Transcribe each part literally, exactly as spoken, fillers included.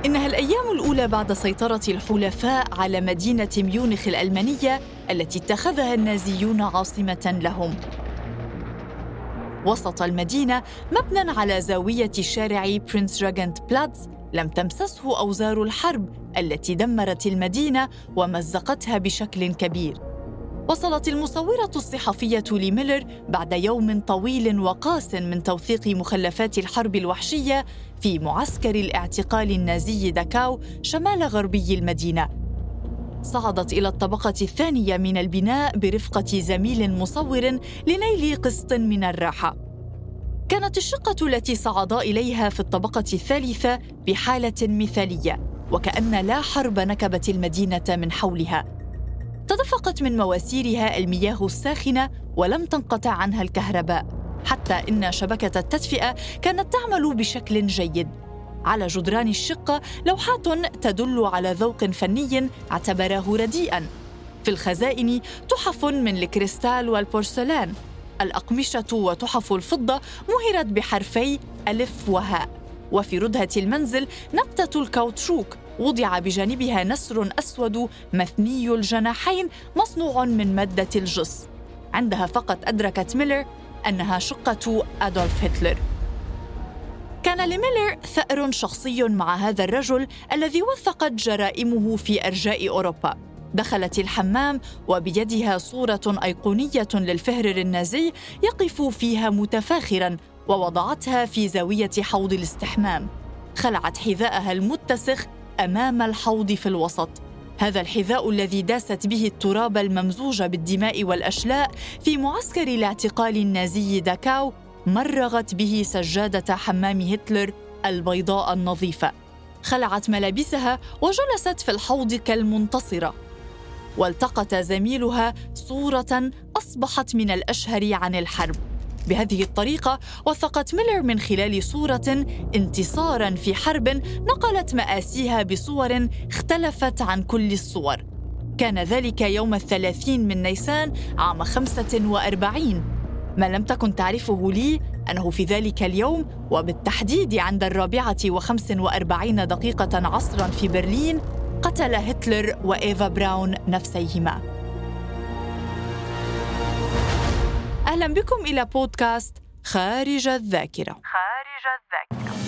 إنها الأيام الأولى بعد سيطرة الحلفاء على مدينة ميونخ الألمانية التي اتخذها النازيون عاصمة لهم. وسط المدينة مبنى على زاوية شارع برينس راجنت بلاتز لم تمسسه أوزار الحرب التي دمرت المدينة ومزقتها بشكل كبير. وصلت المصورة الصحفية لميلر بعد يوم طويل وقاس من توثيق مخلفات الحرب الوحشية في معسكر الاعتقال النازي داكاو شمال غربي المدينة. صعدت إلى الطبقة الثانية من البناء برفقة زميل مصور لنيل قسط من الراحة. كانت الشقة التي صعدا إليها في الطبقة الثالثة بحالة مثالية، وكأن لا حرب نكبت المدينة من حولها. تدفقت من مواسيرها المياه الساخنة ولم تنقطع عنها الكهرباء، حتى إن شبكة التدفئة كانت تعمل بشكل جيد. على جدران الشقة لوحات تدل على ذوق فني اعتبره رديئاً. في الخزائن تحف من الكريستال والبورسلان. الأقمشة وتحف الفضة مهرت بحرفي ألف وهاء. وفي ردهة المنزل نبتة الكاوتشوك وضع بجانبها نسر أسود مثني الجناحين مصنوع من مادة الجص. عندها فقط أدركت ميلر أنها شقة أدولف هتلر. كان لميلر ثأر شخصي مع هذا الرجل الذي وثقت جرائمه في أرجاء أوروبا. دخلت الحمام وبيدها صورة أيقونية للفهرر النازي يقف فيها متفاخراً، ووضعتها في زاوية حوض الاستحمام. خلعت حذاءها المتسخ أمام الحوض في الوسط، هذا الحذاء الذي داست به التراب الممزوج بالدماء والأشلاء في معسكر الاعتقال النازي داكاو مرغت به سجادة حمام هتلر البيضاء النظيفة. خلعت ملابسها وجلست في الحوض كالمنتصرة. والتقط زميلها صورة أصبحت من الأشهر عن الحرب. بهذه الطريقة وثقت ميلر من خلال صورة انتصاراً في حرب نقلت مآسيها بصور اختلفت عن كل الصور. كان ذلك يوم الثلاثين من نيسان عام خمسة وأربعين. ما لم تكن تعرفه لي أنه في ذلك اليوم وبالتحديد عند الرابعة وخمس وأربعين دقيقة عصراً في برلين قتل هتلر وإيفا براون نفسيهما. أهلاً بكم إلى بودكاست خارج الذاكرة. خارج الذاكرة.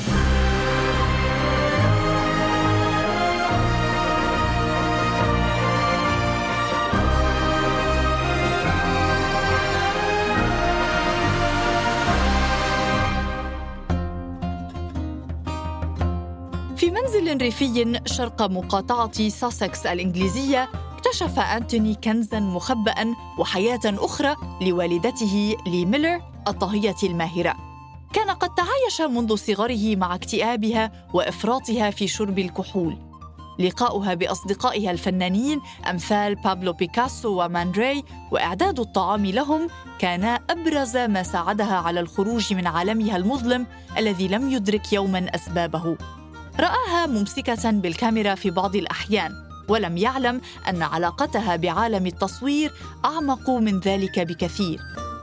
في منزل ريفي شرق مقاطعة ساسكس الإنجليزية اكتشف أنتوني كنزاً مخبأً وحياة أخرى لوالدته لي ميلر الطاهية الماهرة. كان قد تعايش منذ صغره مع اكتئابها وإفراطها في شرب الكحول. لقاؤها بأصدقائها الفنانين أمثال بابلو بيكاسو ومان راي وإعداد الطعام لهم كان أبرز ما ساعدها على الخروج من عالمها المظلم الذي لم يدرك يوماً أسبابه. رآها ممسكة بالكاميرا في بعض الأحيان، ولم يعلم أن علاقتها بعالم التصوير أعمق من ذلك بكثير.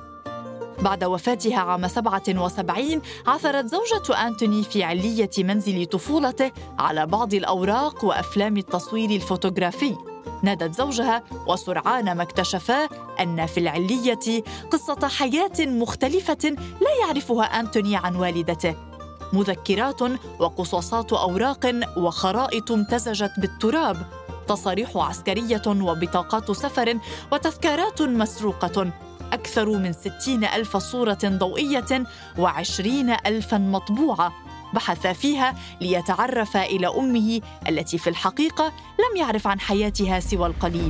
بعد وفاتها عام سبعة وسبعين عثرت زوجة أنتوني في علية منزل طفولته على بعض الأوراق وأفلام التصوير الفوتوغرافي. نادت زوجها وسرعان ما اكتشفا أن في العلية قصة حياة مختلفة لا يعرفها أنتوني عن والدته. مذكرات وقصاصات أوراق وخرائط امتزجت بالتراب، تصاريح عسكرية وبطاقات سفر وتذكارات مسروقة، أكثر من ستين ألف صورة ضوئية وعشرين ألفاً مطبوعة. بحث فيها ليتعرف إلى أمه التي في الحقيقة لم يعرف عن حياتها سوى القليل.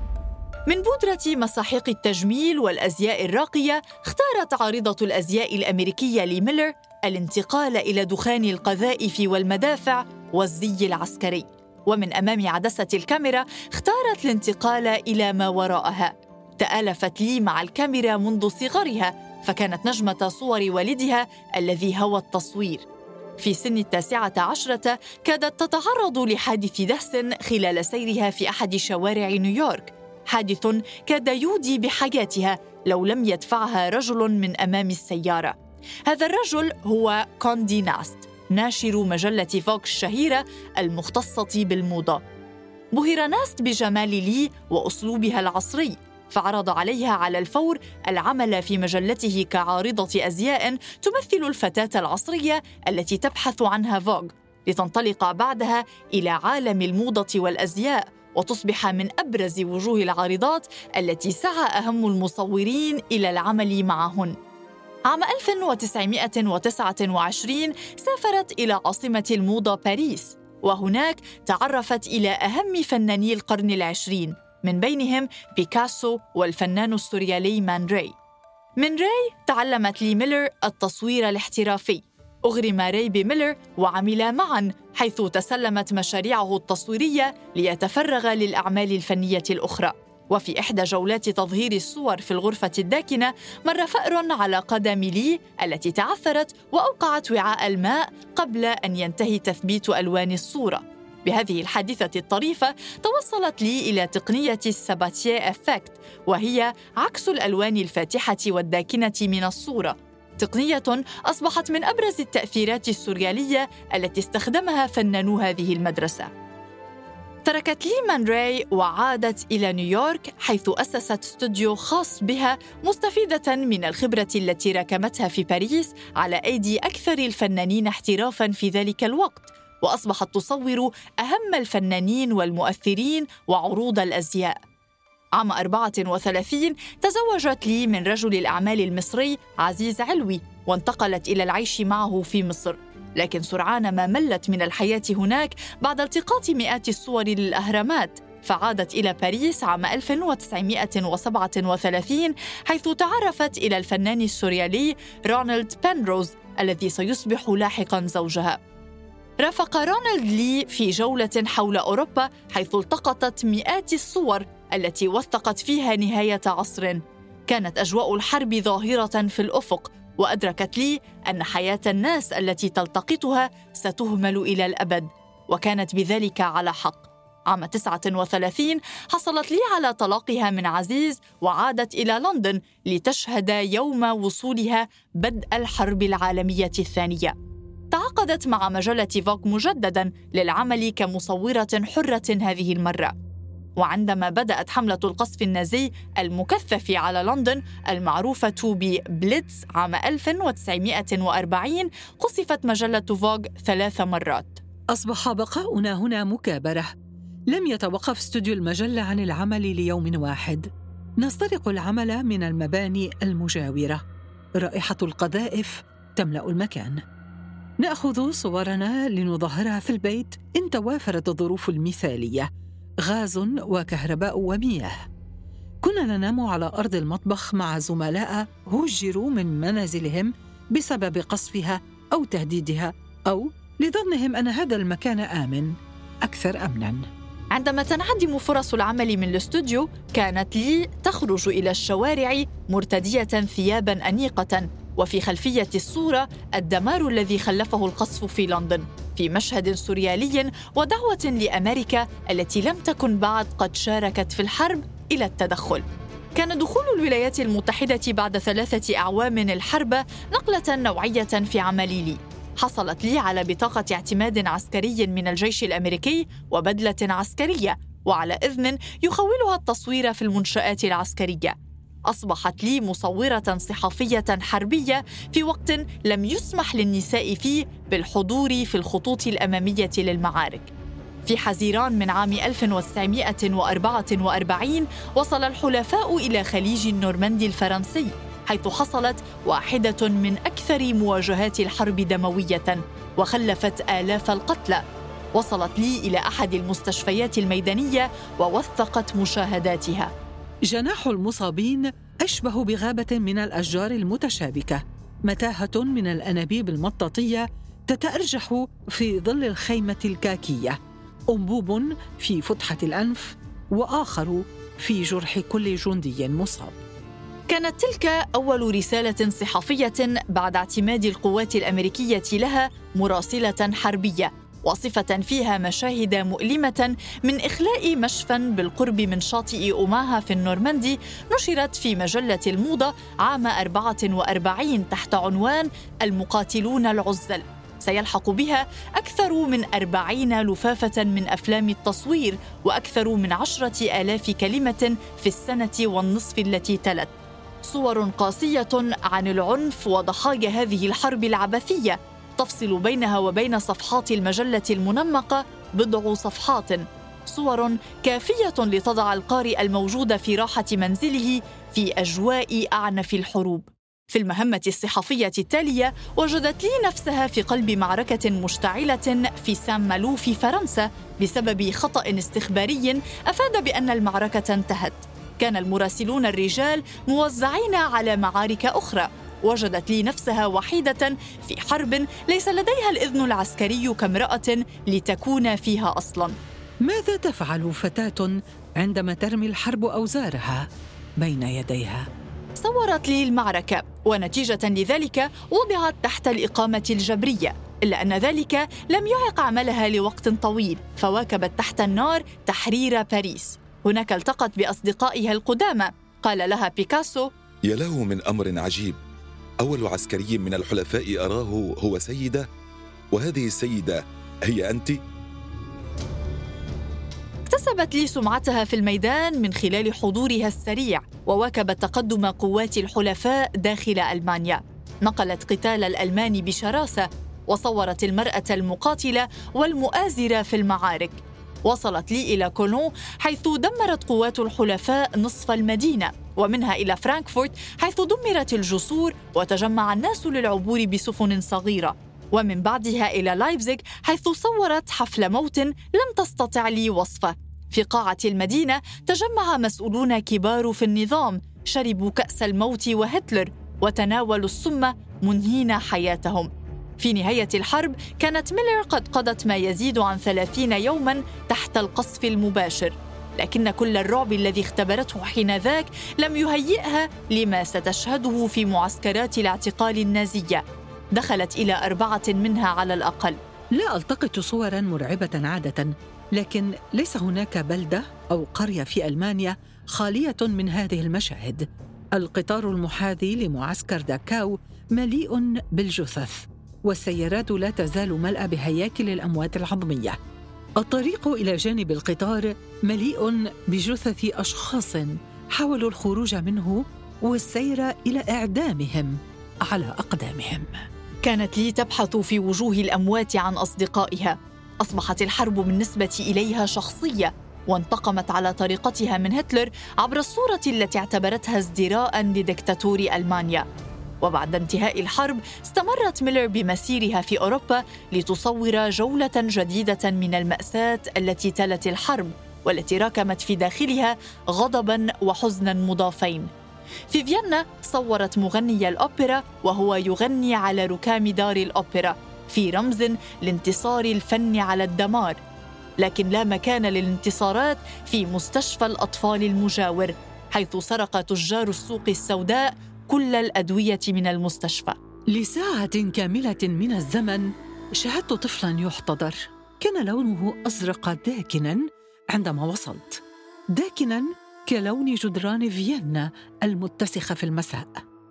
من بودرة مساحيق التجميل والأزياء الراقية اختارت عارضة الأزياء الأمريكية لميلر الانتقال إلى دخان القذائف والمدافع والزي العسكري، ومن أمام عدسة الكاميرا اختارت الانتقال إلى ما وراءها. تآلفت لي مع الكاميرا منذ صغرها، فكانت نجمة صور والدها الذي هوى التصوير. في سن التاسعة عشرة كادت تتعرض لحادث دهس خلال سيرها في أحد شوارع نيويورك، حادث كاد يودي بحياتها لو لم يدفعها رجل من أمام السيارة. هذا الرجل هو كوندي ناست، ناشر مجلة فوغ الشهيرة المختصة بالموضة. بهر ناست بجمال لي وأسلوبها العصري، فعرض عليها على الفور العمل في مجلته كعارضة أزياء تمثل الفتاة العصرية التي تبحث عنها فوغ، لتنطلق بعدها إلى عالم الموضة والأزياء وتصبح من أبرز وجوه العارضات التي سعى أهم المصورين إلى العمل معهن. عام ألف وتسعمائة وتسعة وعشرين سافرت إلى عاصمة الموضة باريس، وهناك تعرفت إلى أهم فناني القرن العشرين، من بينهم بيكاسو والفنان السوريالي مان راي. من راي تعلمت لي ميلر التصوير الاحترافي. أغرم راي بميلر وعملا معاً، حيث تسلمت مشاريعه التصويرية ليتفرغ للأعمال الفنية الأخرى. وفي إحدى جولات تظهير الصور في الغرفة الداكنة مر فأر على قدم لي التي تعثرت وأوقعت وعاء الماء قبل أن ينتهي تثبيت ألوان الصورة. بهذه الحادثة الطريفة توصلت لي إلى تقنية الساباتيه إفكت، وهي عكس الألوان الفاتحة والداكنة من الصورة، تقنية أصبحت من أبرز التأثيرات السوريالية التي استخدمها فنانو هذه المدرسة. تركت لي مان راي وعادت إلى نيويورك، حيث أسست استوديو خاص بها مستفيدة من الخبرة التي راكمتها في باريس على أيدي أكثر الفنانين احترافاً في ذلك الوقت، وأصبحت تصور أهم الفنانين والمؤثرين وعروض الأزياء. عام أربعة وثلاثين تزوجت لي من رجل الأعمال المصري عزيز علوي، وانتقلت إلى العيش معه في مصر، لكن سرعان ما ملت من الحياة هناك بعد التقاط مئات الصور للأهرامات، فعادت إلى باريس عام ألف وتسعمائة وسبعة وثلاثين، حيث تعرفت إلى الفنان السوريالي رونالد بنروز الذي سيصبح لاحقاً زوجها. رافق رونالد لي في جولة حول أوروبا، حيث التقطت مئات الصور التي وثقت فيها نهاية عصر. كانت أجواء الحرب ظاهرة في الأفق، وأدركت لي أن حياة الناس التي تلتقطها ستهمل إلى الأبد، وكانت بذلك على حق. عام تسعة وثلاثين حصلت لي على طلاقها من عزيز، وعادت إلى لندن لتشهد يوم وصولها بدء الحرب العالمية الثانية. تعاقدت مع مجلة فوغ مجدداً للعمل كمصورة حرة هذه المرة. وعندما بدأت حملة القصف النازي المكثف على لندن المعروفة ببليتز عام ألف وتسعمائة وأربعين، قصفت مجلة فوغ ثلاث مرات. أصبح بقاؤنا هنا مكابرة. لم يتوقف استوديو المجلة عن العمل ليوم واحد. نسترق العمل من المباني المجاورة. رائحة القذائف تملأ المكان. نأخذ صورنا لنظهرها في البيت إن توافرت الظروف المثالية، غاز وكهرباء ومياه. كنا ننام على أرض المطبخ مع زملاء هجروا من منازلهم بسبب قصفها أو تهديدها، أو لظنهم أن هذا المكان آمن أكثر أمناً. عندما تنعدم فرص العمل من الاستوديو، كانت لي تخرج إلى الشوارع مرتدية ثياباً أنيقة، وفي خلفية الصورة الدمار الذي خلفه القصف في لندن، في مشهد سوريالي ودعوة لأمريكا التي لم تكن بعد قد شاركت في الحرب إلى التدخل. كان دخول الولايات المتحدة بعد ثلاثة أعوام الحرب نقلة نوعية في عملي لي. حصلت لي على بطاقة اعتماد عسكري من الجيش الأمريكي وبدلة عسكرية، وعلى إذن يخولها التصوير في المنشآت العسكرية. أصبحت لي مصورة صحفية حربية في وقت لم يسمح للنساء فيه بالحضور في الخطوط الأمامية للمعارك. في حزيران من عام ألف وتسعمائة وأربعة وأربعين وصل الحلفاء إلى خليج النورماندي الفرنسي، حيث حصلت واحدة من أكثر مواجهات الحرب دموية وخلفت آلاف القتلى. وصلت لي إلى أحد المستشفيات الميدانية ووثقت مشاهداتها. جناح المصابين أشبه بغابة من الأشجار المتشابكة، متاهة من الأنابيب المطاطية تتأرجح في ظل الخيمة الكاكية، أنبوب في فتحة الأنف، وآخر في جرح كل جندي مصاب. كانت تلك أول رسالة صحفية بعد اعتماد القوات الأمريكية لها مراسلة حربية، واصفة فيها مشاهد مؤلمة من إخلاء مشفى بالقرب من شاطئ أوماها في النورماندي، نشرت في مجلة الموضة عام أربعة وأربعين تحت عنوان المقاتلون العزل. سيلحق بها أكثر من أربعين لفافة من أفلام التصوير وأكثر من عشرة آلاف كلمة في السنة والنصف التي تلت. صور قاسية عن العنف وضحايا هذه الحرب العبثية، تفصل بينها وبين صفحات المجلة المنمقة بضع صفحات. صور كافية لتضع القارئ الموجود في راحة منزله في أجواء أعنف الحروب. في المهمة الصحفية التالية وجدت لي نفسها في قلب معركة مشتعلة في سان مالو في فرنسا بسبب خطأ استخباري أفاد بأن المعركة انتهت. كان المراسلون الرجال موزعين على معارك أخرى. وجدت لي نفسها وحيدة في حرب ليس لديها الإذن العسكري كامرأة لتكون فيها أصلاً. ماذا تفعل فتاة عندما ترمي الحرب أوزارها بين يديها؟ صورت لي المعركة، ونتيجة لذلك وضعت تحت الإقامة الجبرية، إلا أن ذلك لم يعق عملها لوقت طويل، فواكبت تحت النار تحرير باريس. هناك التقت بأصدقائها القدامى. قال لها بيكاسو: يا له من أمر عجيب، أول عسكري من الحلفاء أراه هو سيدة، وهذه السيدة هي أنت. اكتسبت لي سمعتها في الميدان من خلال حضورها السريع، وواكبت تقدم قوات الحلفاء داخل ألمانيا. نقلت قتال الألمان بشراسة، وصورت المرأة المقاتلة والمؤازرة في المعارك. وصلت لي إلى كولون حيث دمرت قوات الحلفاء نصف المدينة، ومنها إلى فرانكفورت حيث دمرت الجسور وتجمع الناس للعبور بسفن صغيرة، ومن بعدها إلى لايبزيغ حيث صورت حفل موت لم تستطع لي وصفه. في قاعة المدينة تجمع مسؤولون كبار في النظام، شربوا كأس الموت وهتلر وتناولوا السم منهين حياتهم. في نهاية الحرب كانت ميلر قد قضت ما يزيد عن ثلاثين يوماً تحت القصف المباشر، لكن كل الرعب الذي اختبرته حينذاك لم يهيئها لما ستشهده في معسكرات الاعتقال النازية. دخلت إلى أربعة منها على الأقل. لا ألتقط صوراً مرعبة عادة، لكن ليس هناك بلدة أو قرية في ألمانيا خالية من هذه المشاهد. القطار المحاذي لمعسكر داكاو مليء بالجثث، والسيارات لا تزال ملأى بهياكل الأموات العظمية. الطريق إلى جانب القطار مليء بجثث أشخاص حاولوا الخروج منه والسير إلى إعدامهم على أقدامهم. كانت لي تبحث في وجوه الأموات عن أصدقائها. أصبحت الحرب بالنسبة إليها شخصية، وانتقمت على طريقتها من هتلر عبر الصورة التي اعتبرتها ازدراءً لديكتاتور ألمانيا. وبعد انتهاء الحرب استمرت ميلر بمسيرها في أوروبا لتصور جولة جديدة من المأساة التي تلت الحرب، والتي راكمت في داخلها غضباً وحزناً مضافين. في فيينا صورت مغني الأوبرا وهو يغني على ركام دار الأوبرا في رمز لانتصار الفن على الدمار، لكن لا مكان للانتصارات في مستشفى الأطفال المجاور، حيث سرق تجار السوق السوداء كل الأدوية من المستشفى. لساعة كاملة من الزمن شاهدت طفلاً يحتضر. كان لونه أزرق داكناً عندما وصلت، داكناً كلون جدران فيينا المتسخة في المساء،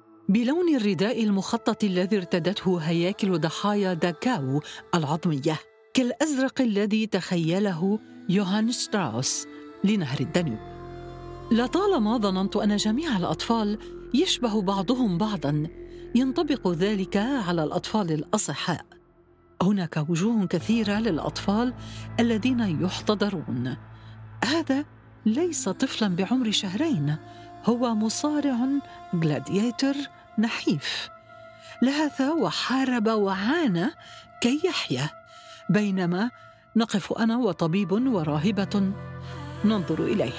بلون الرداء المخطط الذي ارتدته هياكل ضحايا داكاو العظمية، كالأزرق الذي تخيله يوهان شتراوس لنهر الدانوب. لطالما ظننت أن جميع الأطفال يشبه بعضهم بعضاً، ينطبق ذلك على الأطفال الأصحاء. هناك وجوه كثيرة للأطفال الذين يحتضرون. هذا ليس طفلاً بعمر شهرين، هو مصارع جلادياتور نحيف، لهث وحارب وعانى كي يحيا، بينما نقف أنا وطبيب وراهبة ننظر إليه.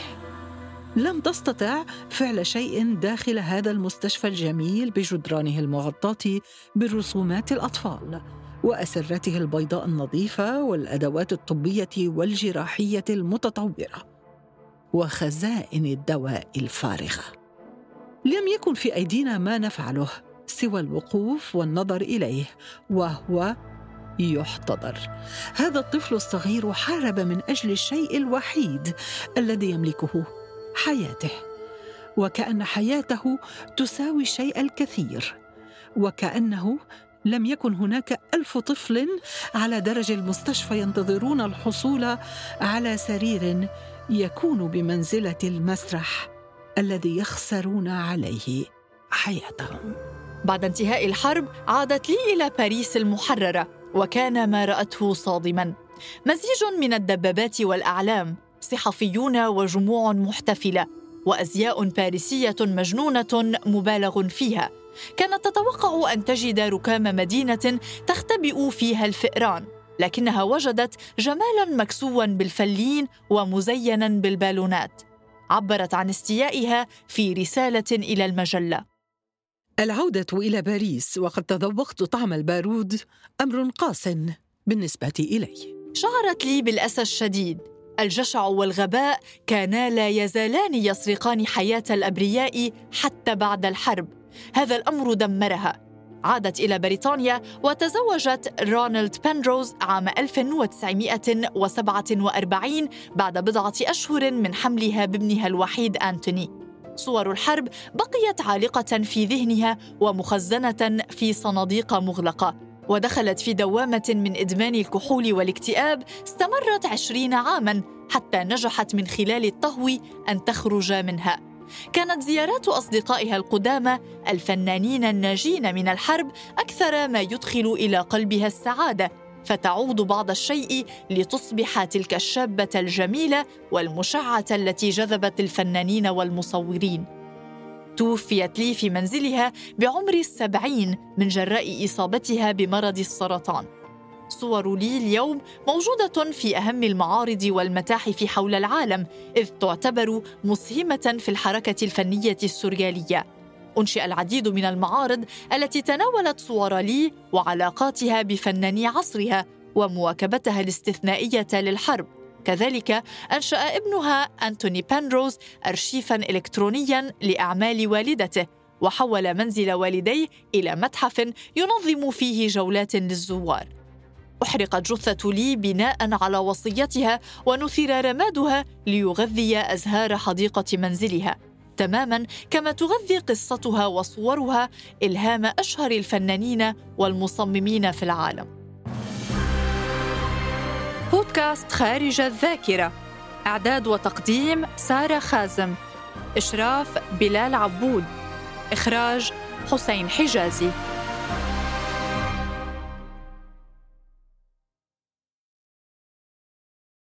لم تستطع فعل شيء داخل هذا المستشفى الجميل بجدرانه المغطاة برسومات الأطفال وأسرته البيضاء النظيفة والأدوات الطبية والجراحية المتطورة وخزائن الدواء الفارغة. لم يكن في أيدينا ما نفعله سوى الوقوف والنظر إليه وهو يحتضر. هذا الطفل الصغير حارب من أجل الشيء الوحيد الذي يملكه، حياته، وكأن حياته تساوي الشيء الكثير، وكأنه لم يكن هناك ألف طفل على درج المستشفى ينتظرون الحصول على سرير يكون بمنزلة المسرح الذي يخسرون عليه حياتهم. بعد انتهاء الحرب عادت لي إلى باريس المحررة، وكان ما رأته صادماً. مزيج من الدبابات والأعلام، صحفيون وجموع محتفلة، وأزياء باريسية مجنونة مبالغ فيها. كانت تتوقع أن تجد ركام مدينة تختبئ فيها الفئران، لكنها وجدت جمالاً مكسواً بالفلين ومزيناً بالبالونات. عبرت عن استيائها في رسالة إلى المجلة: العودة إلى باريس وقد تذوقت طعم البارود أمر قاس بالنسبة إلي. شعرت لي بالأسى الشديد. الجشع والغباء كانا لا يزالان يسرقان حياة الأبرياء حتى بعد الحرب. هذا الأمر دمرها. عادت إلى بريطانيا وتزوجت رونالد بندروز عام ألف وتسعمائة وسبعة وأربعين بعد بضعة أشهر من حملها بابنها الوحيد أنتوني. صور الحرب بقيت عالقة في ذهنها ومخزنة في صناديق مغلقة، ودخلت في دوامة من إدمان الكحول والاكتئاب استمرت عشرين عاماً حتى نجحت من خلال الطهو أن تخرج منها. كانت زيارات أصدقائها القدامى الفنانين الناجين من الحرب أكثر ما يدخل إلى قلبها السعادة، فتعود بعض الشيء لتصبح تلك الشابة الجميلة والمشعة التي جذبت الفنانين والمصورين. توفيت لي في منزلها بعمر السبعين من جراء إصابتها بمرض السرطان. صور لي اليوم موجودة في أهم المعارض والمتاحف حول العالم، إذ تعتبر مسهمة في الحركة الفنية السوريالية. أنشئ العديد من المعارض التي تناولت صور لي وعلاقاتها بفناني عصرها ومواكبتها الاستثنائية للحرب. كذلك أنشأ ابنها أنتوني بندروز أرشيفاً إلكترونياً لأعمال والدته، وحول منزل والديه إلى متحف ينظم فيه جولات للزوار. أحرقت جثة لي بناء على وصيتها ونثر رمادها ليغذي أزهار حديقة منزلها، تماماً كما تغذي قصتها وصورها إلهام أشهر الفنانين والمصممين في العالم. بودكاست خارج الذاكرة، إعداد وتقديم سارة خازم، إشراف بلال عبود، إخراج حسين حجازي.